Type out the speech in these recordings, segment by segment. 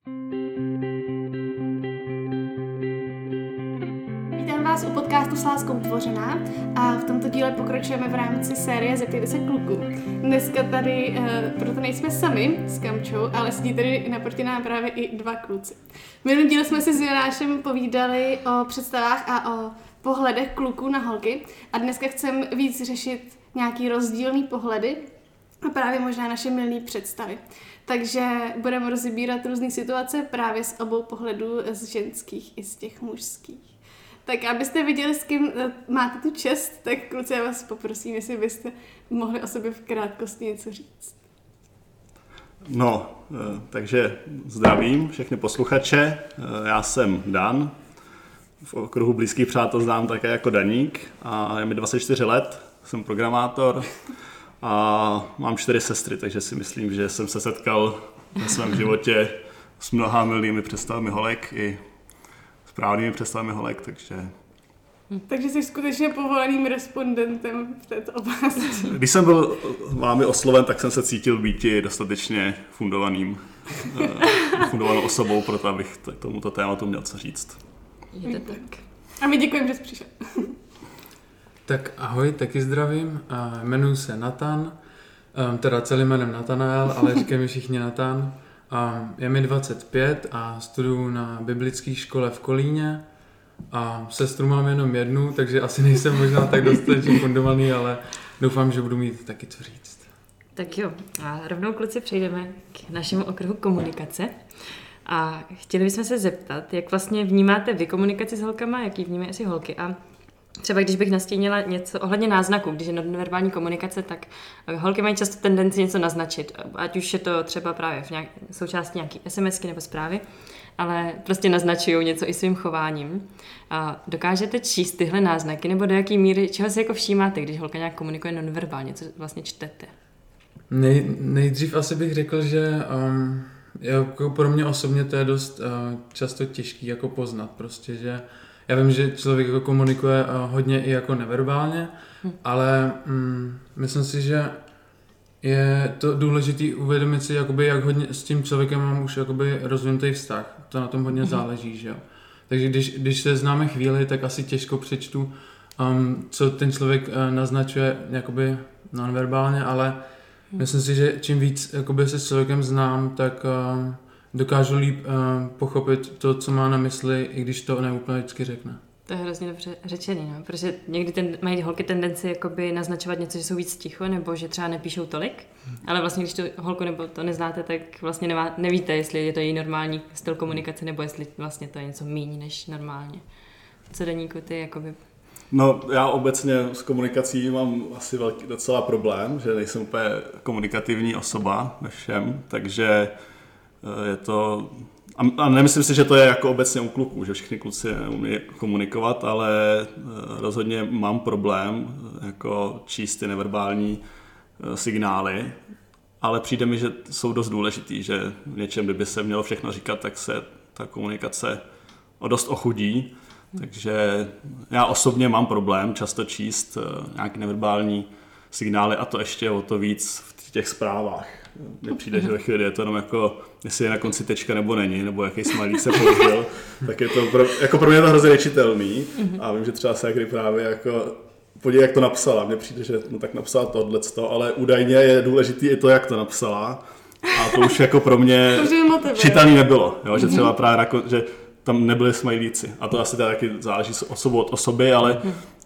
Vítám vás u podcastu S láskou tvořená a v tomto díle pokračujeme v rámci série Zeptejte se kluků. Dneska tady proto nejsme sami s Kamčou, ale sedí tady naproti nám právě i dva kluci. V minulém díle jsme si s Jonášem povídali o představách a o pohledech kluků na holky a dneska chceme víc řešit nějaký rozdílný pohledy a právě možná naše mylné představy. Takže budeme rozebírat různé situace právě z obou pohledů, z ženských i z těch mužských. Tak abyste viděli, s kým máte tu čest, tak kluci, já vás poprosím, jestli byste mohli o sobě v krátkosti něco říct. No, takže zdravím všechny posluchače, já jsem Dan, v okruhu blízkých přátel znám také jako Daník a je mi 24 let, jsem programátor a mám 4 sestry, takže si myslím, že jsem se setkal ve svém životě s mnoha mylnými představami holek i správnými představami holek, takže... Takže jsi skutečně povoleným respondentem v této oblasti. Když jsem byl vámi osloven, tak jsem se cítil být dostatečně fundovanou osobou, proto abych k tomuto tématu měl co říct. Je to tak. A my děkujeme, že jsi přišel. Tak ahoj, taky zdravím. Jmenuji se Natan, teda celým jménem Natanael, ale říkají mi všichni Natan. Je mi 25 a studuju na biblické škole v Kolíně. A sestru mám jenom jednu, takže asi nejsem možná tak dostatečně fundovaný, ale doufám, že budu mít taky co říct. Tak jo, a rovnou kluci přejdeme k našemu okruhu komunikace. A chtěli bychom se zeptat, jak vlastně vnímáte vy komunikaci s holkama, jak ji vnímají asi holky. A třeba když bych nastínila něco ohledně náznaků, když je nonverbální komunikace, tak holky mají často tendenci něco naznačit, ať už je to třeba právě v součástí nějaký SMSky nebo zprávy, ale prostě naznačují něco i svým chováním. A dokážete číst tyhle náznaky, nebo do jaký míry, čeho si jako všímáte, když holka nějak komunikuje nonverbálně, co vlastně čtete? Nejdřív asi bych řekl, že jako pro mě osobně to je dost často těžký jako poznat, prostě, že já vím, že člověk jako komunikuje hodně i jako neverbálně, ale myslím si, že je to důležité uvědomit si, jakoby, jak hodně s tím člověkem mám už jakoby rozvinutý vztah. To na tom hodně záleží, že jo. Takže když se známe chvíli, tak asi těžko přečtu, co ten člověk naznačuje jakoby nonverbálně, ale myslím si, že čím víc jakoby se s člověkem znám, tak dokážu líp pochopit to, co má na mysli, i když to neúplně vždycky řekne. To je hrozně dobře řečený, no? Protože někdy mají holky tendenci jakoby naznačovat něco, že jsou víc ticho, nebo že třeba nepíšou tolik, ale vlastně když tu holku nebo to neznáte, tak vlastně nevíte, jestli je to její normální styl komunikace, nebo jestli vlastně to je něco míň než normálně. Co Daníku, ty jakoby... No, já obecně s komunikací mám asi docela problém, že nejsem úplně komunikativní osoba ve všem, takže je to... A nemyslím si, že to je jako obecně u kluků, že všichni kluci umí komunikovat, ale rozhodně mám problém jako číst ty neverbální signály, ale přijde mi, že jsou dost důležitý, že v něčem, kdyby se mělo všechno říkat, tak se ta komunikace dost ochudí. Takže já osobně mám problém často číst nějaké neverbální signály a to ještě o to víc v těch zprávách. Mně přijde, že ve chvíli je to jenom jako, jestli je na konci tečka nebo není, nebo jaký smajlík se použil, tak je to pro mě to hrozně nečitelný a vím, že třeba se někdy právě jako podívej, jak to napsala. Mně přijde, že no tak napsala tohleto, ale údajně je důležitý i to, jak to napsala a to už jako pro mě čitelný nebylo, jo? Že třeba právě že tam nebyly smajlíci a to asi taky záleží od osoby, ale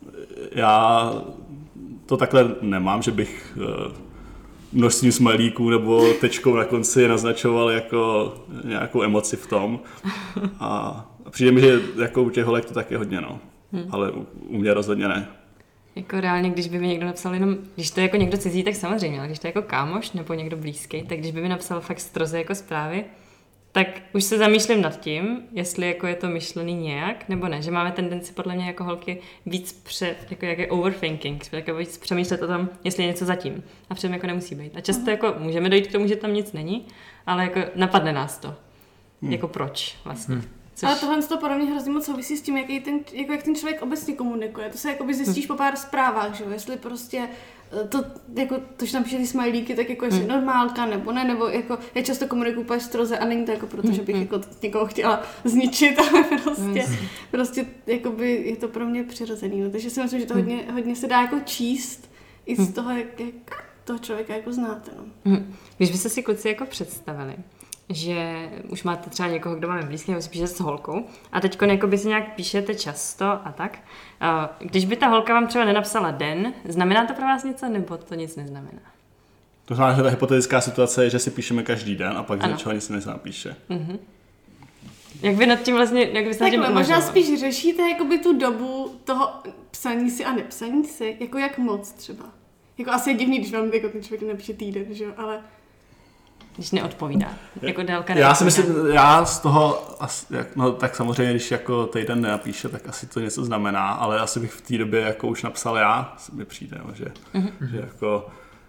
já to takhle nemám, že bych množstvím smajlíků nebo tečkou na konci naznačoval jako nějakou emoci v tom. A přijde mi, že jako u těch holek to taky hodně, no. Ale u mě rozhodně ne. Jako reálně, když by mi někdo napsal jenom, když to je jako někdo cizí, tak samozřejmě, ale když to je jako kámoš nebo někdo blízký, tak když by mi napsal fakt stroze jako zprávy, tak už se zamýšlím nad tím, jestli jako je to myšlený nějak, nebo ne. Že máme tendenci podle mě jako holky víc jako jak je overthinking, jako víc přemýšlet o tom, jestli je něco zatím. A předem jako nemusí být. A často jako můžeme dojít k tomu, že tam nic není, ale jako napadne nás to. Jako proč vlastně. Ale tohle to podle mě hrozně moc souvisí s tím, jak ten člověk obecně komunikuje. To se jakoby zjistíš po pár zprávách, že jo? Jestli prostě to, že napíše ty smajlíky, tak jako jestli normálka nebo ne, nebo jako já často komunikuju úplně stroze a není to jako proto, že bych jako někoho chtěla zničit, ale prostě jakoby je to pro mě přirozený. No. Takže si myslím, že to hodně se dá jako číst i z toho, jak toho člověka jako znáte. No. Když byste si kluci jako představili, že už máte třeba někoho, kdo máme blízký, nebo si píšete s holkou a teď jakoby si nějak píšete často a tak. Když by ta holka vám třeba nenapsala den, znamená to pro vás něco, nebo to nic neznamená? To znamená, že ta hypotetická situace je, že si píšeme každý den a pak z něčeho nic nenapíše. Jak vy nad tím vlastně, jak byste nad tím uvažovali? Možná spíš řešíte jakoby tu dobu toho psaní si a nepsaní si, jako jak moc třeba. Jako asi je divný, když vám jako ten člověk napíše týden, že jo, ale... Když neodpovídá, jako délka neodpovídá. Já si myslím, já z toho, no tak samozřejmě, když jako týden nenapíše, tak asi to něco znamená, ale asi bych v té době jako už napsal já, mi přijde, no, že jako...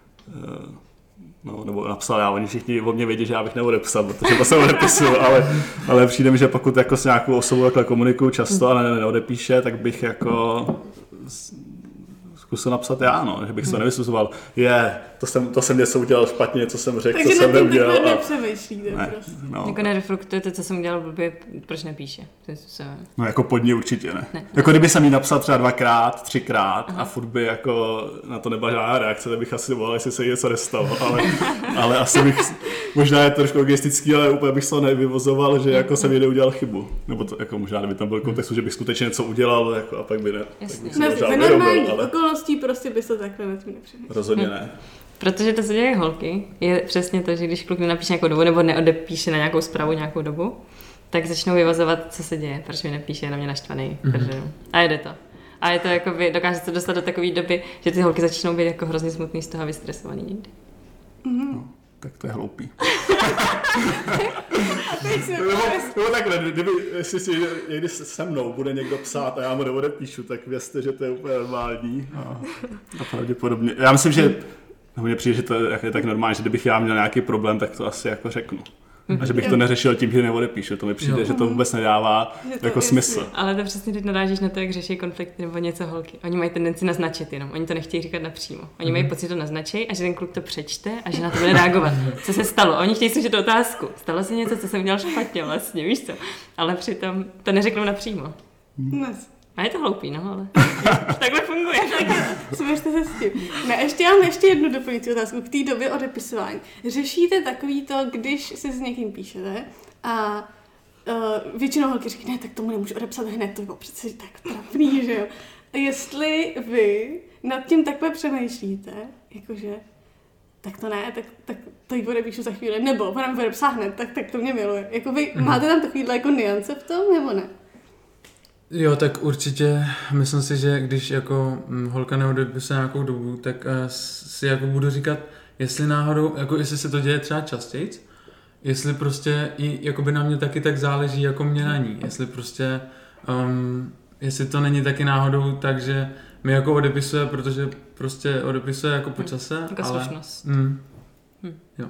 No, nebo napsal já, oni všichni o mě vědí, že já bych neodepsal, protože to se odepisuju, ale přijde mi, že pokud jako s nějakou osobou takhle komunikuju často a neodepíše, tak bych jako zkusil napsat já, no, že bych se nevysuzoval. To jsem něco udělal špatně, co jsem řekl, co jsem neudělal. Takže nepřemýšlíte prostě. No. Jako nereflektujete, co jsem udělal blbě, proč nepíše? No jako pod ní určitě ne. Jako kdyby jsem jí napsal třeba 2x, 3x a furt by jako na to nebyla žádná reakce, tak bych asi volal, jestli se jí něco nestalo, ale asi bych, možná je to trošku egoistický, ale úplně bych se to nevyvozoval, že jako jsem někde udělal chybu. Nebo to jako možná, kdyby tam byl kontextu, že bych skutečně něco udělal, jako, a pak by ne. Za normální okolností prostě by se takhle na tím nepřemýšlel. Rozhodně ne. Protože to, co dělají holky, je přesně to, že když kluk nenapíše nějakou dobu nebo neodepíše na nějakou zprávu nějakou dobu, tak začnou vyvazovat, co se děje, proč mi nepíše, je na mě naštvaný. A jede to. A je to jakoby, dokáže se dostat do takové doby, že ty holky začnou být jako hrozně smutný z toho vystresovaný někdy. No, tak to je hloupý. Nebo takhle, jestli si někdy se mnou bude někdo psát a já mu neodepíšu, tak vězte, že to je úplně normální a pravděpodobně. Já myslím, že mně přijde, že to je tak normální, že kdybych já měl nějaký problém, tak to asi jako řeknu. A že bych to neřešil tím, že neodepíšu. To mi přijde, že to vůbec nedává jako smysl. Ale to přesně teď narážíš na to, jak řeší konflikty nebo něco holky. Oni mají tendenci naznačit jenom. Oni to nechtějí říkat napřímo. Oni mají pocit, že to naznačí a že ten kluk to přečte a že na to bude reagovat. Co se stalo? Oni chtějí slyšet otázku. Stalo se něco, co jsem udělal špatně vlastně, víš co? Ale přitom to neřeknou napřímo. A je to hloupý, no, ale takhle funguje. Směřte se s tím. Ne, mám ještě jednu doplňující otázku k té době odepisování. Řešíte takový to, když si s někým píšete a většinou holky říkají, ne, tak tomu nemůžu odepsat hned, to bylo přece tak trapný, že jo. Jestli vy nad tím takhle přemýšlíte, jakože tak to ne, tak to jí odepíšu za chvíli, nebo ona mi odepsá hned, tak to mě miluje. Jako vy máte tam takovýhle jako niance v tom, nebo ne? Jo, tak určitě myslím si, že když jako holka neodepisuje nějakou dobu, tak si jako budu říkat, jestli náhodou, jako jestli se to děje třeba častějc, jestli prostě i jakoby na mě taky tak záleží, jako mě na ní, jestli prostě, jestli to není taky náhodou tak, že mi jako odepisuje, protože prostě odepisuje jako po čase, jako ale... slušnost. Jo.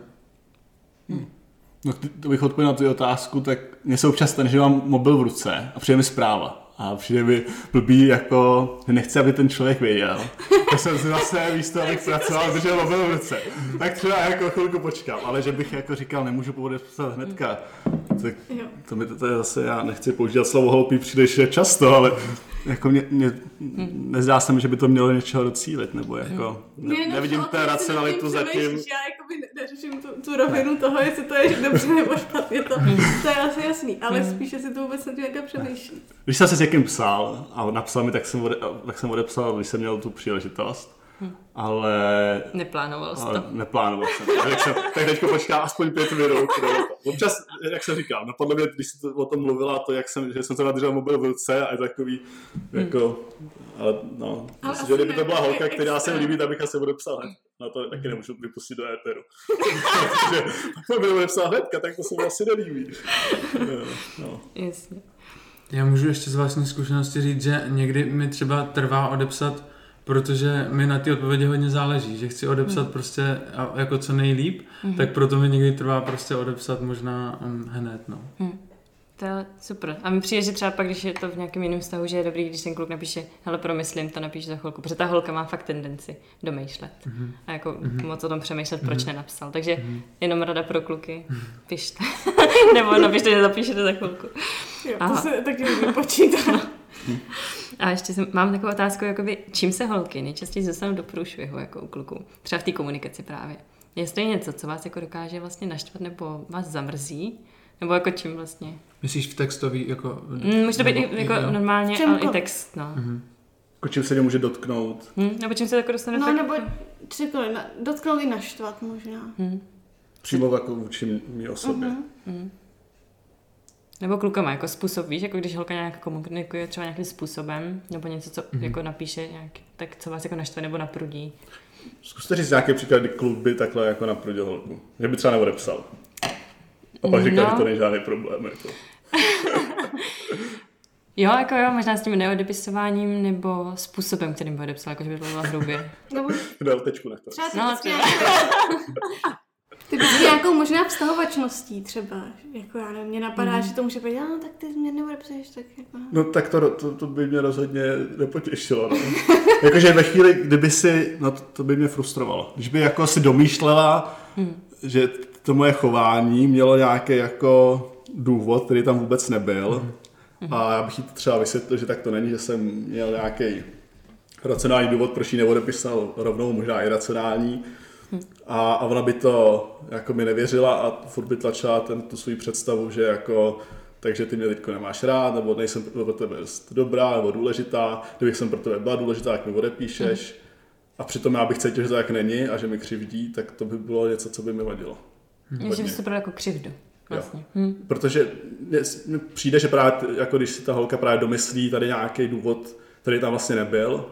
No, to bych odpověděl na tu otázku, tak mně se občas stane, že mám mobil v ruce a přijde mi zpráva. A přijde mi blbý, jako, že nechci, aby ten člověk věděl. Tak jsem si zase místo, abych pracoval, držel mobil v ruce. Tak třeba jako chvilku počkám, ale že bych jako říkal, nemůžu podepsat hnedka. Tak to je zase, já nechci používat slovo hloupý příliš často, ale jako mě nezdá se mi, že by to mělo něčeho docílit, nebo jako nevidím té racionalitu zatím. Já jakoby neřeším tu rovinu toho, jestli to je dobře nebo špatně, to je asi jasný, ale spíše si to vůbec nějaká přemýšlí. Když jsem se s někým psal a napsal mi, tak jsem odepsal, když jsem měl tu příležitost. Ale... Neplánoval jsi to. Neplánoval jsem. Tak teďko počkám aspoň 5 minut. Občas, jak jsem říkal, no podle mě, když jsi o tom mluvila, to, že jsem se nadržel mobil v ruce a je takový, jako, ale no, myslím, že kdyby to byla holka, která se mi líbí, tak bych asi odepsal hned. No to taky nemůžu vypustit do éteru. Tak bych odepsal hnedka, tak to se mi asi nelíbí. No. Jasně. Já můžu ještě z vlastní zkušenosti říct, že někdy mi třeba trvá odepsat, protože mi na ty odpovědi hodně záleží, že chci odepsat prostě jako co nejlíp, tak proto mi někdy trvá prostě odepsat možná hned, no. To je super. A mi přijde, že třeba pak, když je to v nějakém jiném vztahu, že je dobrý, když ten kluk napíše, hele, promyslím, to napíš za chvilku, protože ta holka má fakt tendenci domýšlet. A jako moc o tom přemýšlet, proč nenapsal. Takže jenom rada pro kluky, pište. Nebo napište, že zapíšete za chvilku. Jo, to se taky vypočítá. A ještě mám takovou otázku, jakoby, čím se holky nejčastěji dostanou do průšvihu jako u kluků? Třeba v té komunikaci právě. Jestli je něco, co vás jako dokáže vlastně naštvat nebo vás zamrzí, nebo jako čím vlastně? Myslíš v textový jako... Může to být jako normálně, ale i text, no. Jako čím se může dotknout. Nebo čím se jako dostane No fakt... nebo cokoliv, dotknout i naštvat možná. Přímo jako vůči mý osobě. Nebo klukama, jako způsob, víš, jako když holka nějak komunikuje třeba nějakým způsobem, nebo něco, co jako napíše, nějak, tak co vás jako naštve nebo naprudí. Zkuste říct nějaký příklad, kdy kluk by takhle jako naprudil holku. Že by třeba neodepsal. A pak říkal, že to není žádný problém. Jako. Jo, možná s tím neodepisováním nebo způsobem, kterým by odepsal, jako že by to bylo hrubě. Dal tečku na to. Třeba ty bys nějakou možná vztahovačností třeba, jako já nevím, mě napadá, že to může být, tak ty mě neodepseš, tak jako... No tak to by mě rozhodně nepotěšilo, no. Jakože ve chvíli, kdyby si, no to by mě frustrovalo. Když by jako si domýšlela, že to moje chování mělo nějaký jako důvod, který tam vůbec nebyl, a já bych jí třeba vysvětlil, že tak to není, že jsem měl nějaký racionální důvod, proč jí neodepisal rovnou, možná iracionální, a ona by to jako mi nevěřila a furt by tlačila tu svou představu, že jako takže ty mě teďko nemáš rád, nebo nejsem pro tebe dobrá nebo důležitá, kdybych jsem pro tebe byla důležitá, tak mi odepíšeš. A přitom já bych cítil, že to tak není a že mi křivdí, tak to by bylo něco, co by mi vadilo. Že bys to bylo jako křivdu. Vlastně. Protože mi přijde, že právě jako když si ta holka právě domyslí tady nějaký důvod, který tam vlastně nebyl,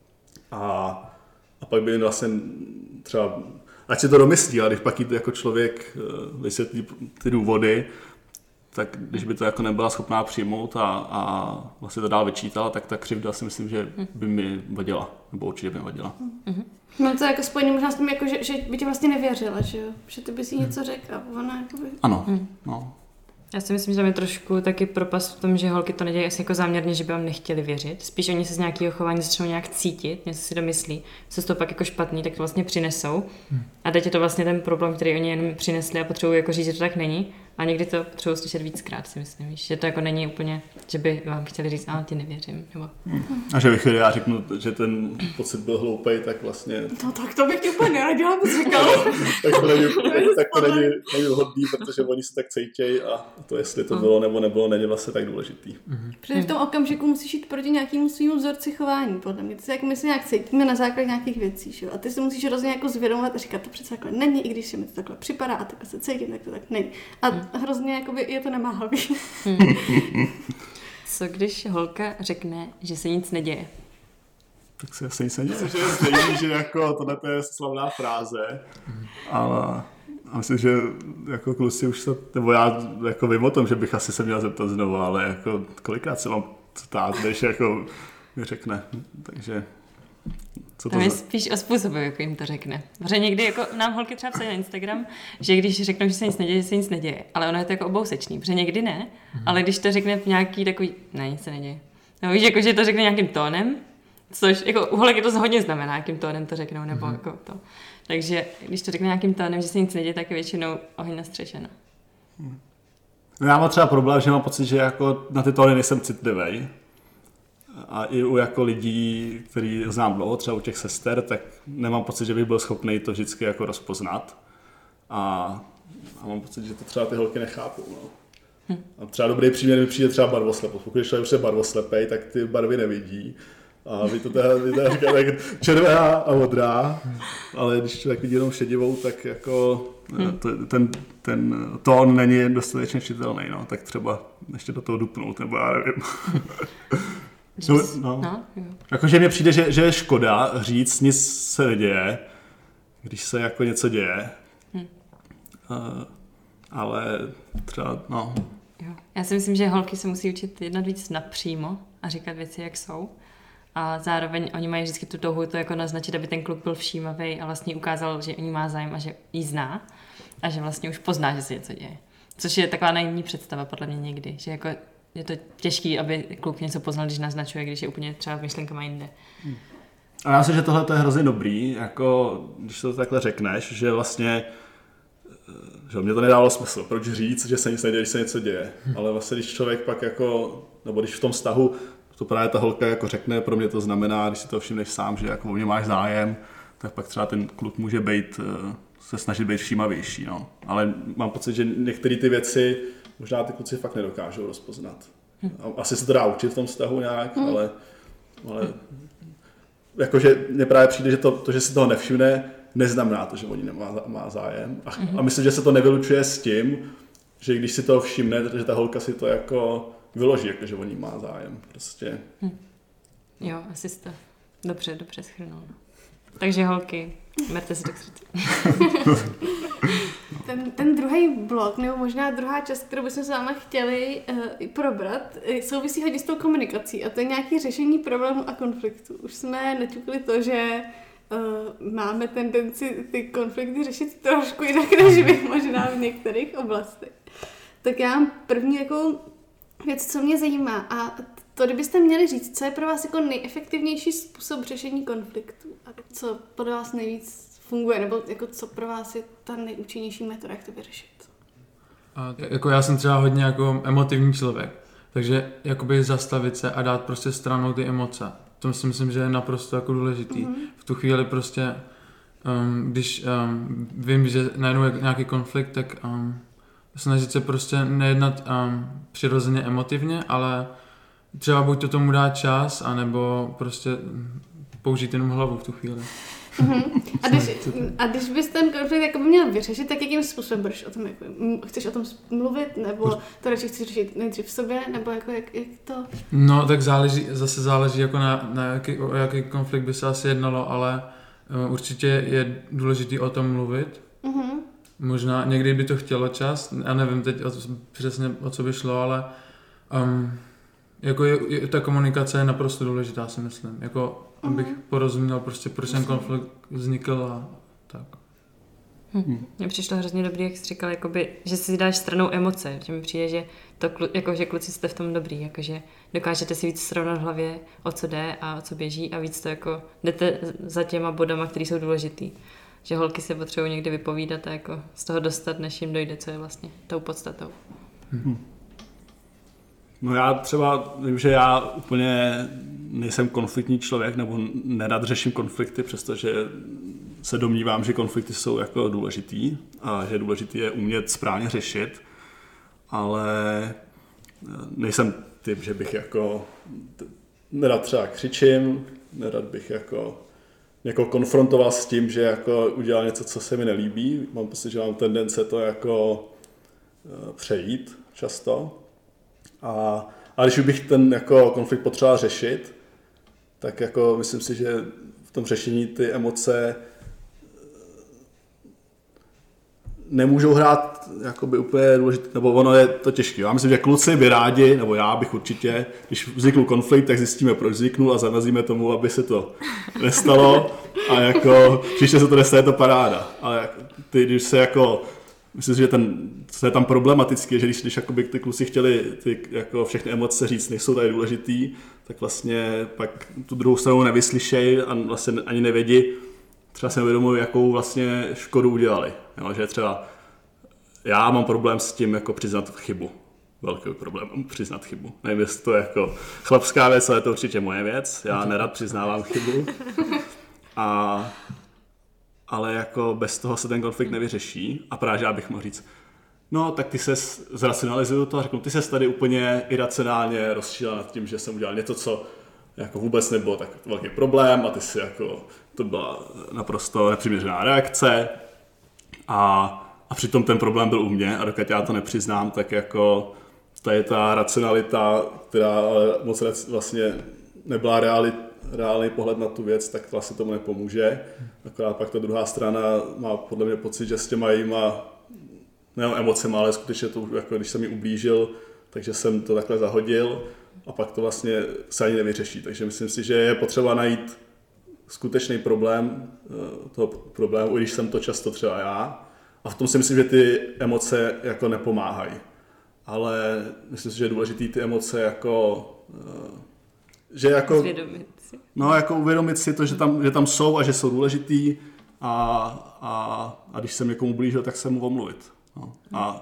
a pak by vlastně třeba, ať si to domyslí, ale když pak jí jako člověk vysvětlí ty důvody, tak když by to jako nebyla schopná přijmout a vlastně to dál vyčítala, tak ta křivda si myslím, že by mi vadila, nebo určitě by mi vadila. Mám to jako spojený možná s tím, jako, že by ti vlastně nevěřila, že jo? Že ty bys jí něco řekl a ona jakoby... Ano, no. Já si myslím, že tam je trošku taky propast v tom, že holky to nedělají asi jako záměrně, že by vám nechtěli věřit. Spíš oni se z nějakého chování začnou nějak cítit, něco si domyslí, co z toho pak jako špatný, tak to vlastně přinesou. A teď je to vlastně ten problém, který oni jen přinesli a potřebují jako říct, že to tak není. A někdy to potřebují slyšet víckrát, si myslím, že to jako není úplně, že by vám chtěli říct, ti nevěřím. Nebo... A že bych já řeknu, že ten pocit byl hloupej, tak vlastně... No tak to bych ti úplně neradila, bys říkal. tak to není vhodný, protože oni se tak cítějí a to, jestli to bylo nebo nebylo, není vlastně tak důležitý. Protože v tom okamžiku musíš jít proti nějakému svýmu vzorci chování, podle mě. Ty se jako my se nějak cítíme na základě nějakých věcí, že jo? A ty si musíš hrozně jako zvědomovat a říkat, to přece takhle není, i když se mi to takhle připadá a takhle se cítím, tak to tak není. A hrozně jakoby je to nemáhavý. Co když holka řekne, že se nic neděje? Tak se asi nic neděje. Že je stejný, že jako tohle je slavná fráze, ale a myslím, že jako kluci už se, nebo já jako vím o tom, že bych asi se měl zeptat znovu, ale jako kolikrát se mám ptát, než jako mi řekne, takže... Tam je spíš o způsobu, jako jim to řekne. Protože někdy jako nám holky třeba psají na Instagram, že když řeknou, že se nic neděje, že se nic neděje. Ale ono je to jako obousečný, protože někdy ne, ale když to řekne v nějaký takový, ne, nic se neděje. No víš, jako, že to řekne nějakým tónem, což jako u holek je to hodně znamená, jakým tónem to řeknou, nebo jako to. Takže když to řekne nějakým tónem, že se nic neděje, tak je většinou oheň na střeše, no. No já mám třeba problém, že mám pocit, že jako na ty tóny nejsem citlivý. A i u jako lidí, který znám dlouho, třeba u těch sester, tak nemám pocit, že bych byl schopný to vždycky jako rozpoznat. A mám pocit, že to třeba ty holky nechápou. No. A třeba dobrý příměr mi přijde třeba barvoslepost. Pokud člověk už je barvoslepej, tak ty barvy nevidí. A vy to teda říkáte tak červená a modrá, ale když člověk vidí jenom šedivou, tak jako ten tón není dostatečně čitelný. No. Tak třeba ještě do toho dupnout, nebo já nevím. Jakože mně přijde, že je škoda říct, nic se neděje, když se jako něco děje. Ale třeba, no. Jo. Já si myslím, že holky se musí učit jednat víc napřímo a říkat věci, jak jsou. A zároveň oni mají vždycky tu touhu to jako naznačit, aby ten kluk byl všímavý a vlastně ukázal, že o ní má zájem a že jí zná. A že vlastně už pozná, že se něco děje. Což je taková naivní představa podle mě někdy, že jako je to těžký, aby kluk něco poznal, když naznačuje, když je úplně třeba myšlenkama jinde. A já myslím, že tohle je hrozně dobrý, jako když to takhle řekneš, že vlastně že mě to nedávalo smysl, proč říct, že se nic neděje, když se něco děje. Ale vlastně když člověk pak jako, nebo když v tom vztahu, to právě ta holka jako řekne, pro mě to znamená, když si to všimneš sám, že jako o mě máš zájem, tak pak třeba ten kluk může být, se snažit být všímavější. No. Ale mám pocit, že některé ty věci možná ty kluci fakt nedokážou rozpoznat. Asi se to dá učit v tom vztahu nějak, ale jakože mně právě přijde, že to, že si toho nevšimne, neznamená to, že o ní má zájem. A myslím, že se to nevylučuje s tím, že když si toho všimne, že ta holka si to jako vyloží, jako, že o ní má zájem. Prostě. Jo, asi jsi to dobře shrnul. Takže holky, berte si to k srdci. Ten druhý blok, nebo možná druhá část, kterou bychom s vámi chtěli probrat, souvisí hodně s tou komunikací a to je nějaké řešení problémů a konfliktů. Už jsme naťukli to, že máme tendenci ty konflikty řešit trošku jinak než vy, možná v některých oblastech. Tak já mám první jako věc, co mě zajímá a to, kdybyste měli říct, co je pro vás jako nejefektivnější způsob řešení konfliktu a co podle vás nejvíc funguje, nebo jako co pro vás je ta nejúčinnější metoda, jak to vyřešit? A jako já jsem třeba hodně jako emotivní člověk, takže jakoby zastavit se a dát prostě stranou ty emoce. To si myslím, že je naprosto jako důležitý. V tu chvíli prostě, když vím, že najednou je nějaký konflikt, tak snažit se prostě nejednat přirozeně emotivně, ale třeba buď to tomu dát čas, anebo prostě použít jenom hlavu v tu chvíli. A když bys ten konflikt jako měl vyřešit, tak jakým způsobem budeš o tom, jako, chceš o tom mluvit, nebo to radši chceš řešit nejdřív v sobě, nebo jako jak to? No tak záleží jako o jaký konflikt by se asi jednalo, ale určitě je důležitý o tom mluvit. Možná někdy by to chtělo čas, já nevím teď přesně o co by šlo, ale jako ta komunikace je naprosto důležitá, si myslím. Jako abych porozuměl prostě, proč ten konflikt vznikl a tak. Mně přišlo hrozně dobrý, jak jsi říkal, jakoby, že si dáš stranou emoce, že mi přijde, že, že kluci jste v tom dobrý, jakože dokážete si víc srovnat v hlavě, o co jde a o co běží a víc to jako jdete za těma bodama, které jsou důležitý. Že holky se potřebují někdy vypovídat a jako z toho dostat, než jim dojde, co je vlastně tou podstatou. No já třeba vím, že já úplně nejsem konfliktní člověk, nebo nerad řeším konflikty, přestože se domnívám, že konflikty jsou jako důležitý a že důležitý je umět správně řešit, ale nejsem typ, že bych jako nerad třeba křičím, nerad bych jako někoho konfrontoval s tím, že jako udělal něco, co se mi nelíbí. Mám pocit, že mám tendence to jako přejít často. A když bych ten jako konflikt potřeboval řešit, tak jako myslím si, že v tom řešení ty emoce nemůžou hrát jakoby úplně důležitý, nebo ono je to těžké. Já myslím, že kluci by rádi, nebo já bych určitě, když vznikl konflikt, tak zjistíme, proč vzniknul a zamezíme tomu, aby se to nestalo a jako příště se to nestane, je to paráda. Ale ty, když se jako myslím si, že co je tam problematické, že když jakoby ty kluci chtěli jako všechny emoce říct, nejsou tady důležitý, tak vlastně pak tu druhou stranu nevyslyšejí a vlastně ani nevědí, třeba se nevědomují, jakou vlastně škodu udělali. Jo, že třeba já mám problém s tím jako přiznat chybu. Velký problém přiznat chybu. Nevím, jestli to je jako chlapská věc, ale je to určitě moje věc. Já nerad přiznávám chybu. Ale jako bez toho se ten konflikt nevyřeší a právě já bych mohl říct, no tak ty se zracionalizuju to a řeknu, ty ses tady úplně iracionálně rozčílil nad tím, že jsem udělal něco, co jako vůbec nebylo tak velký problém a ty si jako, to byla naprosto nepřiměřená reakce a přitom ten problém byl u mě a dokud já to nepřiznám, tak jako to je ta racionalita, která moc vlastně nebyla reálný pohled na tu věc, tak vlastně tomu nepomůže. Akorát pak ta druhá strana má podle mě pocit, že s těma jíma nejenom emocema, ale skutečně to, jako když jsem jí ublížil, takže jsem to takhle zahodil a pak to vlastně se ani nevyřeší. Takže myslím si, že je potřeba najít skutečný problém toho problému, i když jsem to často třeba já, A v tom si myslím, že ty emoce jako nepomáhají. Ale myslím si, že je důležitý ty emoce jako... že jako... Zvědomit si. No, jako uvědomit si to, že tam jsou a že jsou důležitý a když jsem někomu blížil, tak se mu omluvit. No.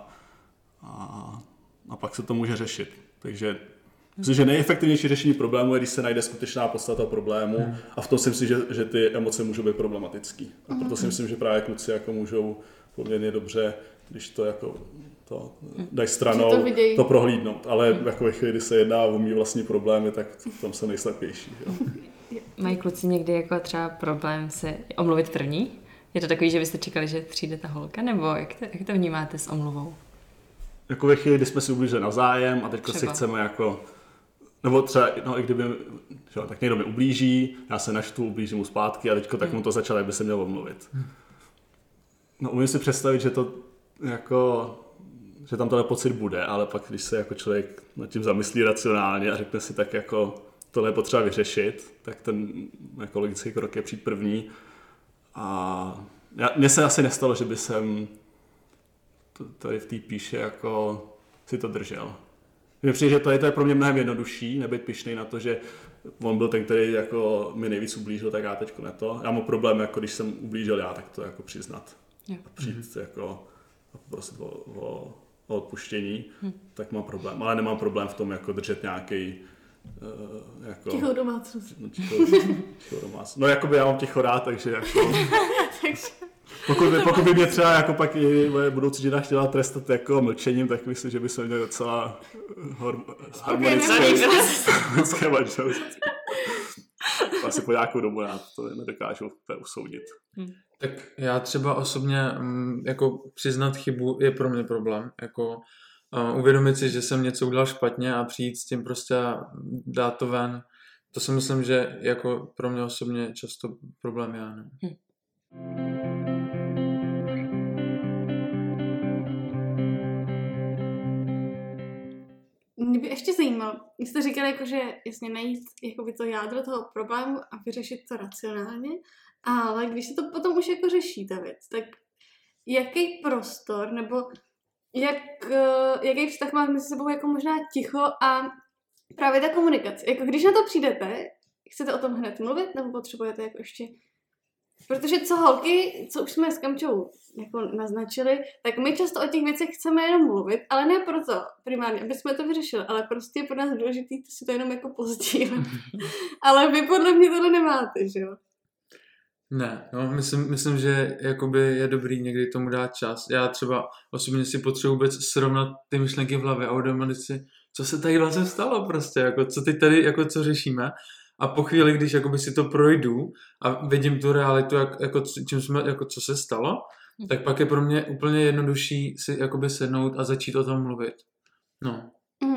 A pak se to může řešit. Takže myslím, že nejefektivnější řešení problému je, když se najde skutečná podstata problému a v tom si myslím, že ty emoce můžou být problematický. A proto si myslím, že právě kluci jako můžou poměrně dobře, když to jako to dají stranou, to prohlídnout. Ale jako ve chvíli, kdy se jedná o mý vlastní problémy, tak tam jsem nejslepější. Jo. Mají kluci někdy jako třeba problém se omluvit první? Je to takový, že byste čekali, že přijde ta holka? Nebo jak to vnímáte s omluvou? Jako ve chvíli, kdy jsme si ublížili navzájem a teď si chceme jako... Nebo třeba, no i kdyby, že, tak někdo mi ublíží, já se naštvu, ublížím mu zpátky a teďko tak mu to začalo, jak by se měl omluvit. No umím si představit, že to jako... že tam tenhle pocit bude, ale pak, když se jako člověk nad tím zamyslí racionálně a řekne si tak jako tohle je potřeba vyřešit, tak ten jako logický krok je přijít první. A mně se asi nestalo, že by jsem tady v té píše jako si to držel. Mně přijde, že to je pro mě mnohem jednodušší, nebejt pyšnej na to, že on byl ten, který jako mi nejvíc ublížil, tak já teďko ne to. Já mám problém, jako když jsem ublížil já, tak to jako přiznat. A přijít jako a poprosit o odpuštění, tak mám problém. Ale nemám problém v tom jako držet nějaký jako... Tichou domácnost. Tichou domácnost. No jakoby já mám ticho rád, takže jako... Pokud by mě třeba jako pak i moje budoucí žena chtěla trestat jako mlčením, tak myslím, že by se měl docela harmonické manželství. Asi po nějakou dobu já to nedokážu usoudit. Tak já třeba osobně jako přiznat chybu je pro mě problém. Jako uvědomit si, že jsem něco udělal špatně a přijít s tím prostě a dát to ven. To si myslím, že jako pro mě osobně často problém je. Ne? Mě by ještě zajímalo, vy jste říkali, jako, že jasně najít jakoby to jádro toho problému a vyřešit to racionálně, ale když se to potom už jako řeší ta věc, tak jaký prostor nebo jaký vztah má mezi sebou jako možná ticho a právě ta komunikace. Jako když na to přijdete, chcete o tom hned mluvit nebo potřebujete jako ještě... Protože co holky, co už jsme s Kamčou jako naznačili, tak my často o těch věcech chceme jenom mluvit, ale ne proto primárně, aby jsme to vyřešili, ale prostě je pro nás důležitý si to jenom jako pozdílet. Ale vy podle mě tohle nemáte, že jo? Ne, no myslím, že jakoby je dobrý někdy tomu dát čas. Já třeba osobně si potřebuji vůbec srovnat ty myšlenky v hlavě a uvědomit si, co se tady vlastně stalo prostě, jako co teď tady, jako co řešíme. A po chvíli, když jakoby si to projdu a vidím tu realitu, co se stalo, tak pak je pro mě úplně jednodušší si jakoby sednout a začít o tom mluvit. No.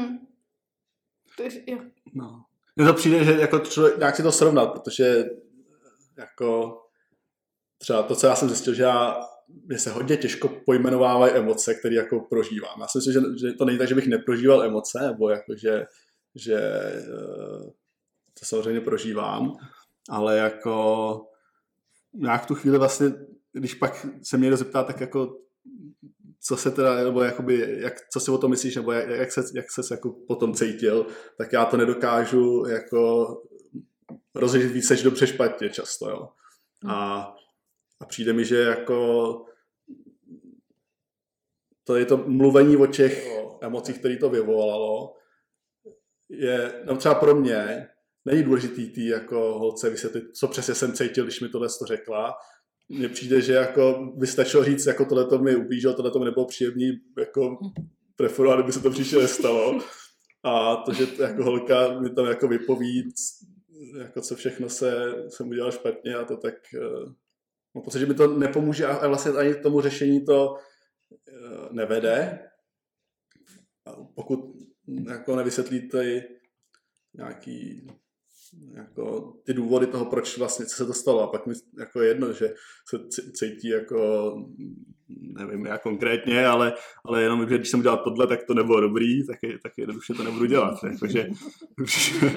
Jo. No. Mně to přijde, že jako člověk nějak si to srovnat, protože jako třeba to, co já jsem zjistil, že mě se hodně těžko pojmenovávají emoce, které jako prožívám. Já si myslím, že to není tak, že bych neprožíval emoce, nebo jako, že to samozřejmě prožívám, ale jako nějak tu chvíli vlastně, když pak se mě někdo zeptá, tak jako co se teda, nebo jakoby, co si o tom myslíš, nebo jak ses jako potom cítil, tak já to nedokážu jako rozlišit víc než dobře špatně často, jo. A přijde mi, že jako to je to mluvení o těch emocích, které to vyvolalo, je, no třeba pro mě, není důležitý tý jako holce vysvětlit, co přesně jsem cítil, když mi tohle to řekla. Mně přijde, že jako by stačilo říct, jako tohleto mi ublížilo, tohleto mi nebylo příjemný, jako preferovat, kdyby se to příště nestalo. A to, že jako holka mi tam jako vypoví, jako co všechno jsem udělal špatně a to tak mám pocit, že mi to nepomůže a vlastně ani tomu řešení to nevede. A pokud jako nevysvětlíte nějaký jako ty důvody toho, proč vlastně co se to stalo a pak mi jako jedno, že se cítí jako nevím jak konkrétně, ale jenom, že když jsem udělal tohle, tak to nebylo dobrý, tak jednoduše to nebudu dělat. Jakože,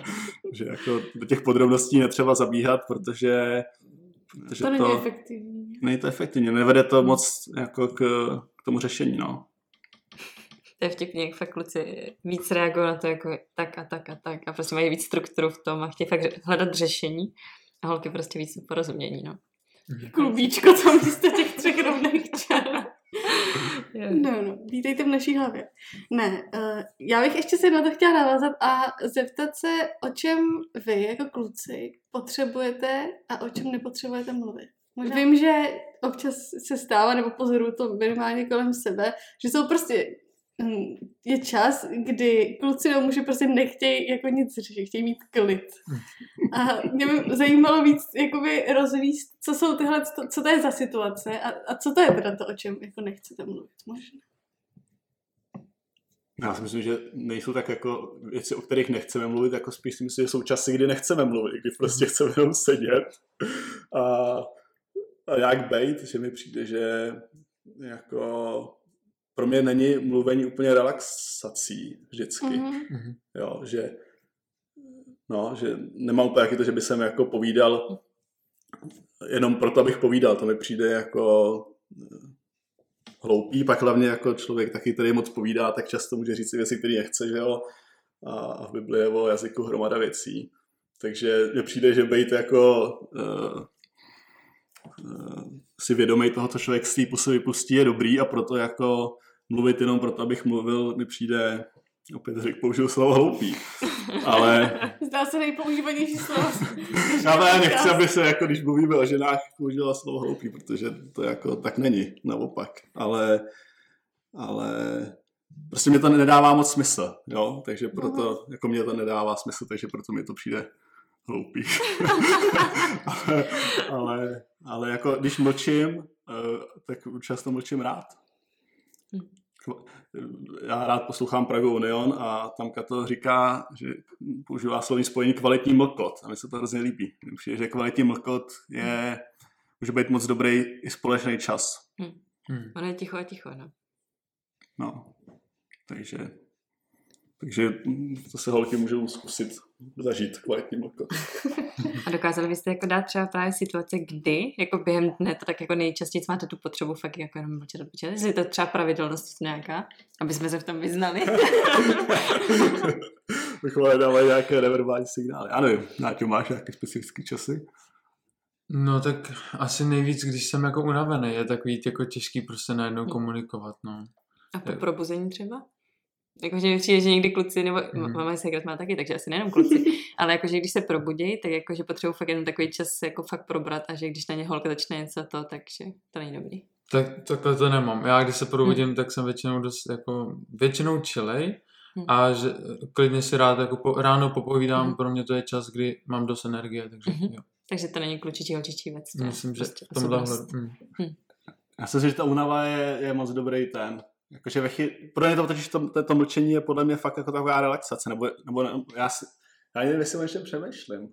že jako do těch podrobností netřeba zabíhat, protože to není efektivní. Není to efektivně, nevede to moc jako k tomu řešení, no. To je vtipně, jak fakt kluci víc reagují na to jako tak a prostě mají víc strukturu v tom a chtějí fakt hledat řešení a holky prostě víc porozumění, no. Klubíčko tam místo těch 3 rovných čar. No, vítejte v naší hlavě. Ne, já bych ještě se na to chtěla navázat a zeptat se, o čem vy jako kluci potřebujete a o čem nepotřebujete mluvit. Možná vím, že občas se stává, nebo pozoruju to minimálně kolem sebe, že jsou prostě je čas, kdy kluci domů, že prostě nechtějí jako nic řešit, chtějí mít klid. A mě by zajímalo víc jakoby rozvíst, co jsou tyhle, co to je za situace a co to je teda to, o čem jako nechcete mluvit. Možná. Já si myslím, že nejsou tak jako věci, o kterých nechceme mluvit, jako spíš si myslím, že jsou časy, kdy nechceme mluvit, kdy prostě chceme jenom sedět a jak bejt, že mi přijde, že jako pro mě není mluvení úplně relaxací vždycky. Mm-hmm. Jo, že nemám úplně taky to, že by jsem jako povídal jenom proto, abych povídal. To mi přijde jako hloupý. Pak hlavně jako člověk taky, který moc povídá, tak často může říct věci, které nechce, že jo. A v Biblii je o jazyku hromada věcí. Takže mi přijde, že být jako si vědomý toho, co člověk z té pusy vypustí, je dobrý a proto jako mluvit jenom proto, abych mluvil, mi přijde, opět použiju slovo hloupý, ale... Zdá se nejpoužívanější slovo. Já nechci, aby se, jako když mluvíme o ženách, použila slovo hloupý, protože to jako tak není, naopak, ale prostě mě to nedává moc smysl, jo, takže proto, jako mě to nedává smysl, takže proto mi to přijde hloupý. ale jako když mlčím, tak často mlčím rád. Já rád poslouchám Pragu Union a tam Kato říká, že používá slovní spojení kvalitní mlkot a mi se to hrozně líbí. Mně přijde, že kvalitní mlkot může být moc dobrý i společný čas. Ono je ticho a ticho, no. No, takže to se holky můžou zkusit zažít kvalitní mlkot. A dokázali byste jako dát třeba právě situace, kdy jako během dne to tak jako nejčastěji máte tu potřebu fakt jako jenom mlčet. Jestli je to třeba pravidelnost nějaká, aby jsme se v tom vyznali. Takové dávají nějaké neverbální signály. Já nevím, Náťo, máš nějaké specifické časy? No tak asi nejvíc, když jsem jako unavený, je takový jako těžký prostě najednou komunikovat, no. A po probuzení třeba? Jakože mi přijde, že někdy kluci, nebo máma se má taky, takže asi nejenom kluci, ale jakože když se probudí, tak jakože potřebuji fakt jenom takový čas jako fakt probrat a že když na ně holka začne něco takže to není dobrý. Takhle to nemám. Já když se probudím, tak jsem většinou většinou chillej a že klidně si rád jako ráno popovídám, pro mě to je čas, kdy mám dost energie, takže jo. Takže to není klučičí, holčičí věc. Myslím, že prostě v tomhle Já si myslím, že ta únava je moc dobrý ten. Jakože pro mě to mlčení je podle mě fakt jako taková relaxace, nebo já nevím, jestli o něčem přemýšlím.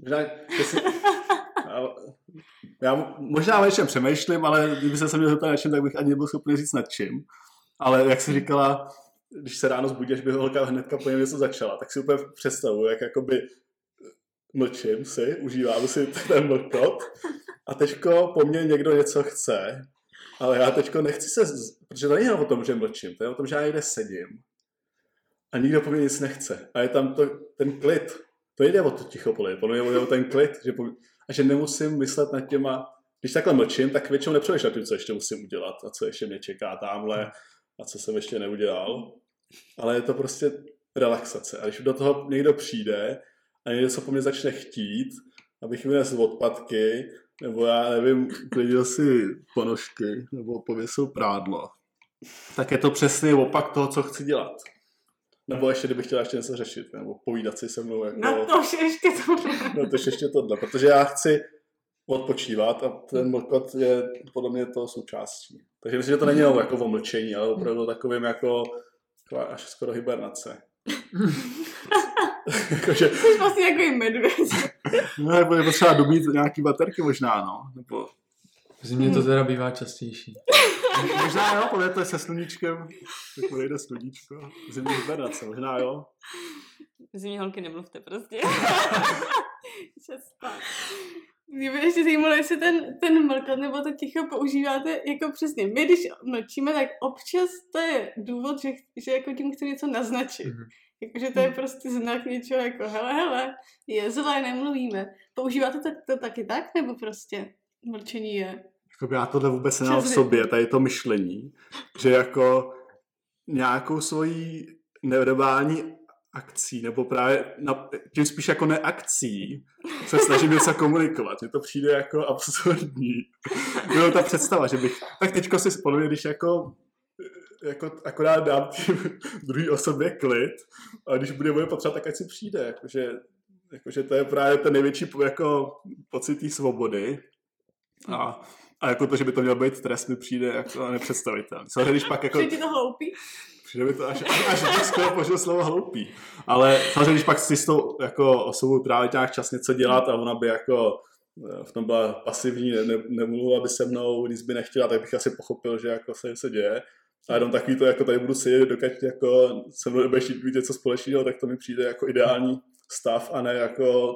Možná o něčem přemýšlím, ale kdyby se měl zeptat na čem, tak bych ani nebyl schopný říct nad čím. Ale jak jsi říkala, když se ráno zbudíš, by holka hnedka po něm něco začala, tak si úplně představuji, jak jakoby mlčím si, užívám si ten mlkot a teďko po mně někdo něco chce. Ale já teďko nechci protože to není o tom, že mlčím, to je o tom, že já někde sedím a nikdo po mně nic nechce. A je tam ten klid. To jde o to ticho podle mě, o ten klid. Že nemusím myslet nad těma, když takhle mlčím, tak většinou nepřemýšlím nad tím, co ještě musím udělat a co ještě mě čeká tamhle a co jsem ještě neudělal. Ale je to prostě relaxace. A když do toho někdo přijde a něco po mně začne chtít, abych vynesl odpadky, nebo já nevím, klidil si ponožky, nebo pověsil prádlo, tak je to přesně opak toho, co chci dělat. Nebo ještě, kdybych chtěla ještě něco řešit, nebo povídat si se mnou. Jako, Na to ještě tohle. Protože já chci odpočívat a ten mlkot je podle mě to součástí. Takže myslím, že to není jenom jako o mlčení, ale opravdu takovým jako až skoro hibernace. Jakože... Jsi vlastně jako jim medvěd. No, nebo je potřeba dobít nějaký baterky možná, no. Nebo... V zimě to teda bývá častější. Možná jo, protože to je se sluníčkem, tak odejde sluníčko, zimní hibernace, možná jo. Zimní holky nemluvte prostě. Často. Mě by ještě zajímalo, jestli ten mlkot nebo to ticho používáte jako přesně. My, když mlčíme, tak občas to je důvod, že jako tím chci něco naznačit. Jakože to je prostě znak něčeho jako hele, je zlé, nemluvíme. Používáte to taky tak, nebo prostě mlčení je? Já tohle vůbec nemám v sobě, tady to myšlení, že jako nějakou svojí neverbální akcí, nebo právě tím spíš jako neakcí se snažím něco komunikovat. Mně to přijde jako absurdní. Bylo ta představa, že bych... Tak teďko si spolu, když jako akorát dám tím druhý osobě klid a když bude potřeba, tak ať si přijde. Jakože to je právě ten největší jako pocit té svobody. A jako to, že by to měl být trest, mi přijde jako nepředstavitelný. Samozřejmě, když pak jako... Přijde ti to hloupý? Přijde mi to až bych skoro použil slovo hloupý. Ale samozřejmě, když pak si s tou jako osobou trávit nějak čas něco dělat a ona by jako v tom byla pasivní, nemluvila by se mnou, nic by nechtěla, tak bych asi pochopil, že jako se něco děje. A jenom takový to, jako tady budu sedět, dokud jako se mnou nebudeš mít něco společného, tak to mi přijde jako ideální stav a ne jako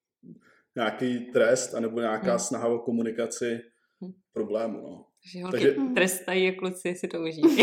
nějaký trest anebo nějaká snaha o komunikaci problému. No. Že holky trestají a kluci si to užijí.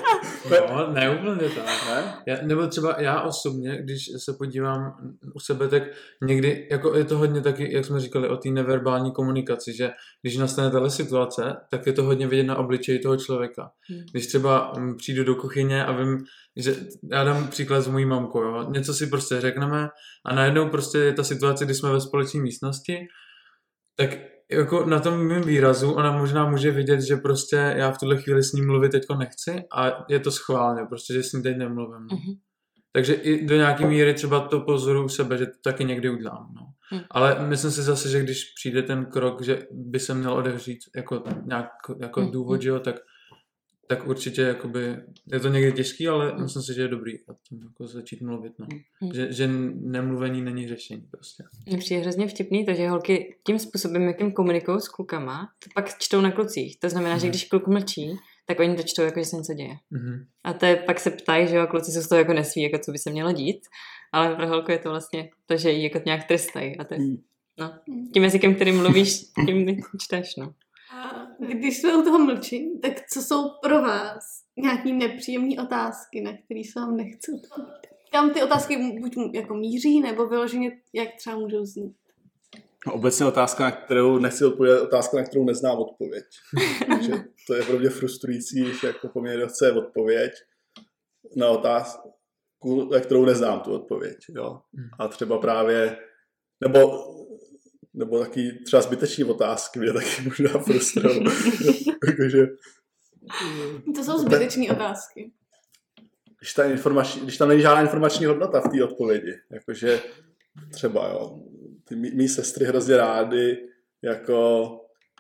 No, ne úplně tak. Ne? Nebo třeba já osobně, když se podívám u sebe, tak někdy, jako je to hodně taky, jak jsme říkali, o té neverbální komunikaci, že když nastane tahle situace, tak je to hodně vidět na obličeji toho člověka. Když třeba přijdu do kuchyně a vím, že já dám příklad s mojí mamkou, jo? Něco si prostě řekneme a najednou prostě je ta situace, kdy jsme ve společné místnosti, tak jako na tom mým výrazu ona možná může vidět, že prostě já v tuhle chvíli s ním mluvit teďko nechci a je to schválně, prostě, že s ním teď nemluvím. No. Takže i do nějaký míry třeba to pozoruju u sebe, že to taky někdy udělám. No. Ale myslím si zase, že když přijde ten krok, že by se měl odehřít jako nějak jako důvod, že jo, tak určitě jakoby, je to někdy těžký, ale myslím si, že je dobrý o tom jako začít mluvit, no. Že nemluvení není řešení prostě. Mně přijde hrozně vtipný to, že holky tím způsobem, jakým komunikují s klukama, to pak čtou na klucích. To znamená, že když kluk mlčí, tak oni to čtou, jako že se něco děje. A to je, pak se ptají, že jo, kluci jsou z toho jako nesví, jako co by se mělo dít, ale pro holku je to vlastně to, že ji jako nějak trestají. A to je, no, tím jazykem, který mluvíš, tím čteš, no. Když jsme u toho mlčí, tak co jsou pro vás nějaký nepříjemné otázky, na které se vám nechce odpovědět? Kam ty otázky buď jako míří, nebo vyloženě, jak třeba můžou znít? Obecně otázka, na kterou nechci odpovědět, otázka, na kterou neznám odpověď. Takže to je pro mě frustrující, že jako po mně chce odpověď na otázku, na kterou neznám tu odpověď. Jo? A třeba právě, nebo taky třeba zbyteční otázky mě taky možná frustrují. To jsou zbyteční otázky. Když tam není žádná informační hodnota v té odpovědi. Jakože třeba, jo, ty mý sestry hrozně rády, jako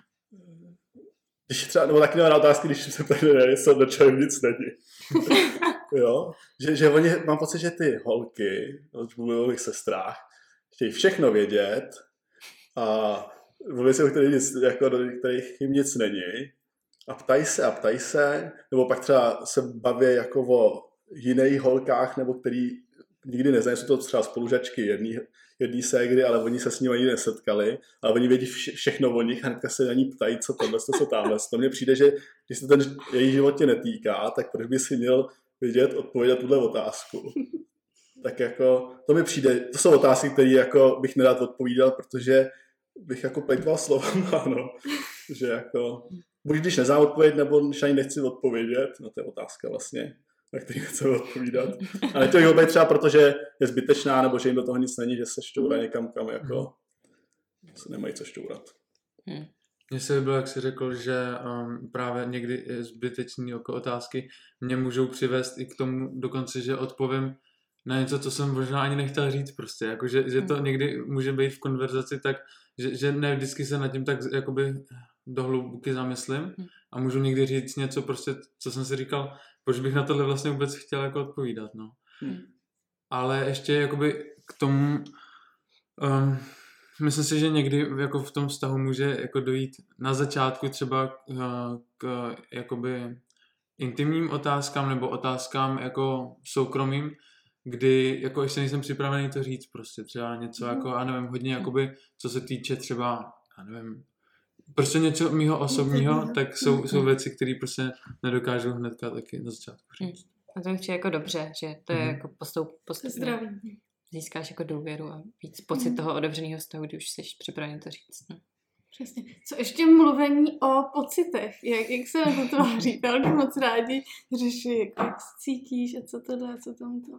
když třeba, nebo taky nemá otázky, když se tady něco, do čeho nic není. Jo? Že oni, mám pocit, že ty holky, když mluvím o mých sestrách, chtějí všechno vědět a mluví se, do kterých jim nic není a ptají se, nebo pak třeba se baví jako o jiných holkách, nebo který nikdy neznají, jsou to třeba spolužačky jedný ségry, ale oni se s nimi ani nesetkali, ale oni vědí všechno o nich a hnedka se na ní ptají, co tohle, co tamhle. To mně přijde, že když se ten její život tě netýká, tak proč by si měl vědět, odpovědět tuhle otázku. Tak jako, to mi přijde, to jsou otázky, které jako bych nerad odpovídal, protože bych jako plejtval slovama, no. Že jako, buď když neznám odpověď, nebo když ani nechci odpovědět, no to je otázka vlastně, na který nechci odpovídat. A nechtěl bych ho být třeba proto, že je zbytečná, nebo že jim do toho nic není, že se šťourá někam, kam jako se nemají co šťourat. Mně se bylo, jak jsi řekl, že právě někdy zbyteční jako otázky mě můžou přivést i k tomu dokonce, že odpovím na něco, co jsem možná ani nechtěl říct prostě, jako že to někdy může být v konverzaci tak, že ne vždycky se nad tím tak jakoby do hloubuky zamyslím a můžu někdy říct něco prostě, co jsem si říkal, proč bych na tohle vlastně vůbec chtěl jako odpovídat, no. Ale ještě jakoby k tomu Myslím si, že někdy jako v tom vztahu může jako dojít na začátku třeba k jakoby intimním otázkám nebo otázkám jako soukromým, kdy jako ještě nejsem připravený to říct prostě třeba něco jako, já nevím, hodně jakoby, co se týče třeba, já nevím, prostě něco mýho osobního, tak jsou věci, které prostě nedokážu hnedka taky na začátku říct. A to mi přijde jako dobře, že to je jako postupně. Zdraví. Získáš jako důvěru a víc pocit toho otevřeného vztahu, když už jsi připravený to říct. No. Přesně. Co ještě mluvení o pocitech? Jak se na to tváří? Velmi moc rádi řeší, jak se cítíš a co tohle a co tamto.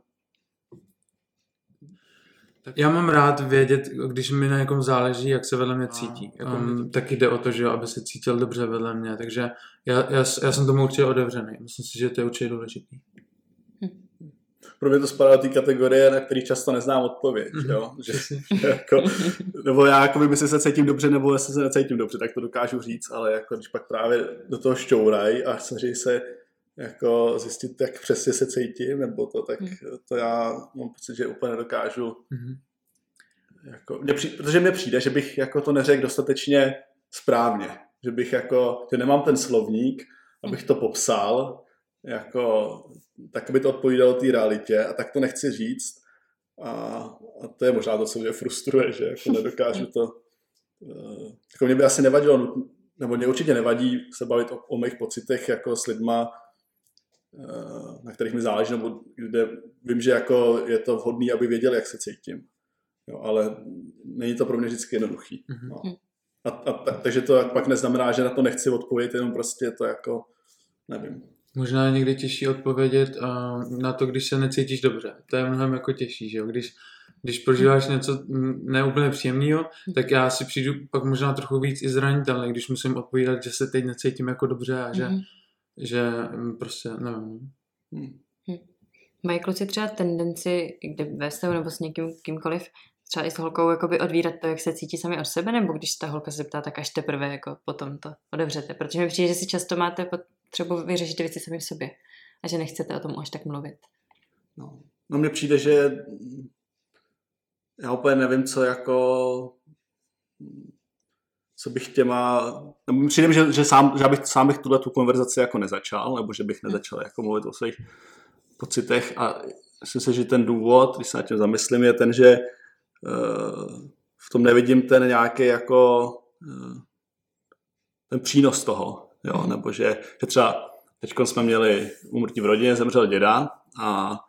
Já mám rád vědět, když mi na někom záleží, jak se vedle mě cítí. Tak jde o to, že aby se cítil dobře vedle mě. Takže já jsem tomu určitě otevřený. Myslím si, že to je určitě důležitý. Pro mě to spadá do té kategorie, na který často neznám odpověď. Jo? Že jako, nebo já jako vím, jestli se cítím dobře, nebo jestli se necítím dobře, tak to dokážu říct, ale jako, když pak právě do toho šťouraj a snaží se jako zjistit, jak přesně se cítím, nebo to, tak to já mám pocit, že úplně nedokážu. Jako, protože mně přijde, že bych jako to neřekl dostatečně správně. Že bych jako, že nemám ten slovník, abych to popsal, jako, tak by to odpovídalo té realitě a tak to nechci říct. A to je možná to, co mě frustruje, že jako nedokážu to. Jako mě by asi nevadilo, nebo mě určitě nevadí se bavit o mých pocitech jako s lidma, na kterých mi záleží, nebo kde vím, že jako je to vhodné, aby věděli, jak se cítím. Jo, ale není to pro mě vždycky jednoduchý. No. Takže to pak neznamená, že na to nechci odpovědět, jenom prostě to jako, nevím. Možná je někdy těžší odpovědět na to, když se necítíš dobře. To je mnohem jako těžší, že jo? Když prožíváš něco neúplně příjemného, tak já si přijdu pak možná trochu víc i zranitelný, když musím odpovídat, že se teď necítím jako dobře a že prostě nevím. Mají kluci třeba tendenci, kde ve vztahu nebo s někým, kýmkoliv, třeba i s holkou jakoby odvírat to, jak se cítí sami od sebe, nebo když ta holka se zeptá, tak až teprve jako potom to odevřete. Protože mi přijde, že si často máte potřebu vyřešit věci sami v sobě a že nechcete o tom až tak mluvit. No mně přijde, že já úplně nevím, co jako co bych přijde, že sám bych tu konverzaci jako nezačal, nebo že bych nezačal jako mluvit o svých pocitech a myslím si, že ten důvod, když se nad tím zamyslím, je ten, že v tom nevidím ten nějaký jako ten přínos toho, jo? Nebo že třeba teď jsme měli úmrtí v rodině, zemřel děda a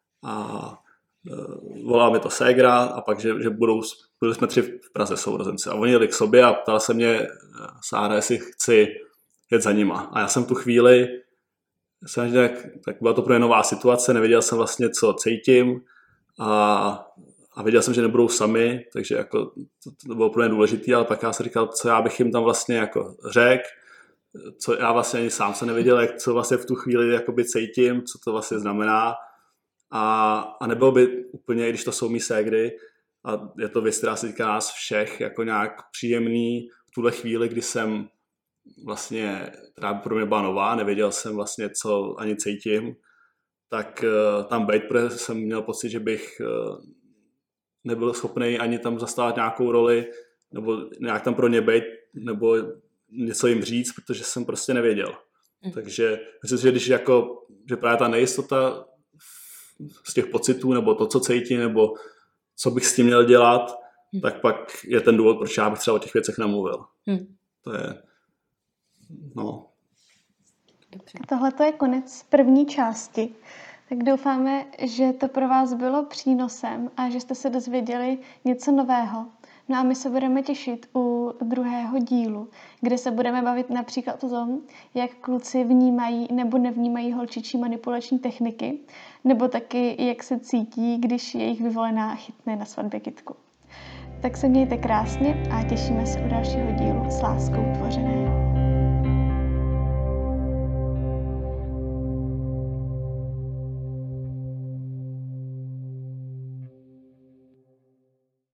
volala mi to ségra a pak, že byli jsme 3 v Praze sourozenci a oni jeli k sobě a ptala se mě Sára, jestli chci jet za nima. A já jsem tu chvíli, tak byla to pro mě nová situace, nevěděl jsem vlastně, co cítím a věděl jsem, že nebudou sami, takže jako to bylo pro mě důležitý, ale pak já jsem říkal, co já bych jim tam vlastně jako řekl, co já vlastně ani sám se nevěděl, co vlastně v tu chvíli jakoby cítím, co to vlastně znamená. A nebylo by úplně, když to jsou mý ségry, a je to věc, která se týká nás všech, jako nějak příjemný v tuhle chvíli, kdy jsem vlastně, která pro mě byla nová, nevěděl jsem vlastně, co ani cítím, tak tam být, protože jsem měl pocit, že bych nebyl schopný ani tam zastávat nějakou roli, nebo nějak tam pro ně být, nebo něco jim říct, protože jsem prostě nevěděl. Takže myslím si, že když jako, že právě ta nejistota z těch pocitů, nebo to, co cítím, nebo co bych s tím měl dělat, tak pak je ten důvod, proč já bych třeba o těch věcech nemluvil. To je, no. Tohle to je konec první části. Tak doufáme, že to pro vás bylo přínosem a že jste se dozvěděli něco nového. No a my se budeme těšit u druhého dílu, kde se budeme bavit například o tom, jak kluci vnímají nebo nevnímají holčičí manipulační techniky, nebo taky, jak se cítí, když jejich vyvolená chytne na svatbě kytku. Tak se mějte krásně a těšíme se u dalšího dílu S láskou tvořené.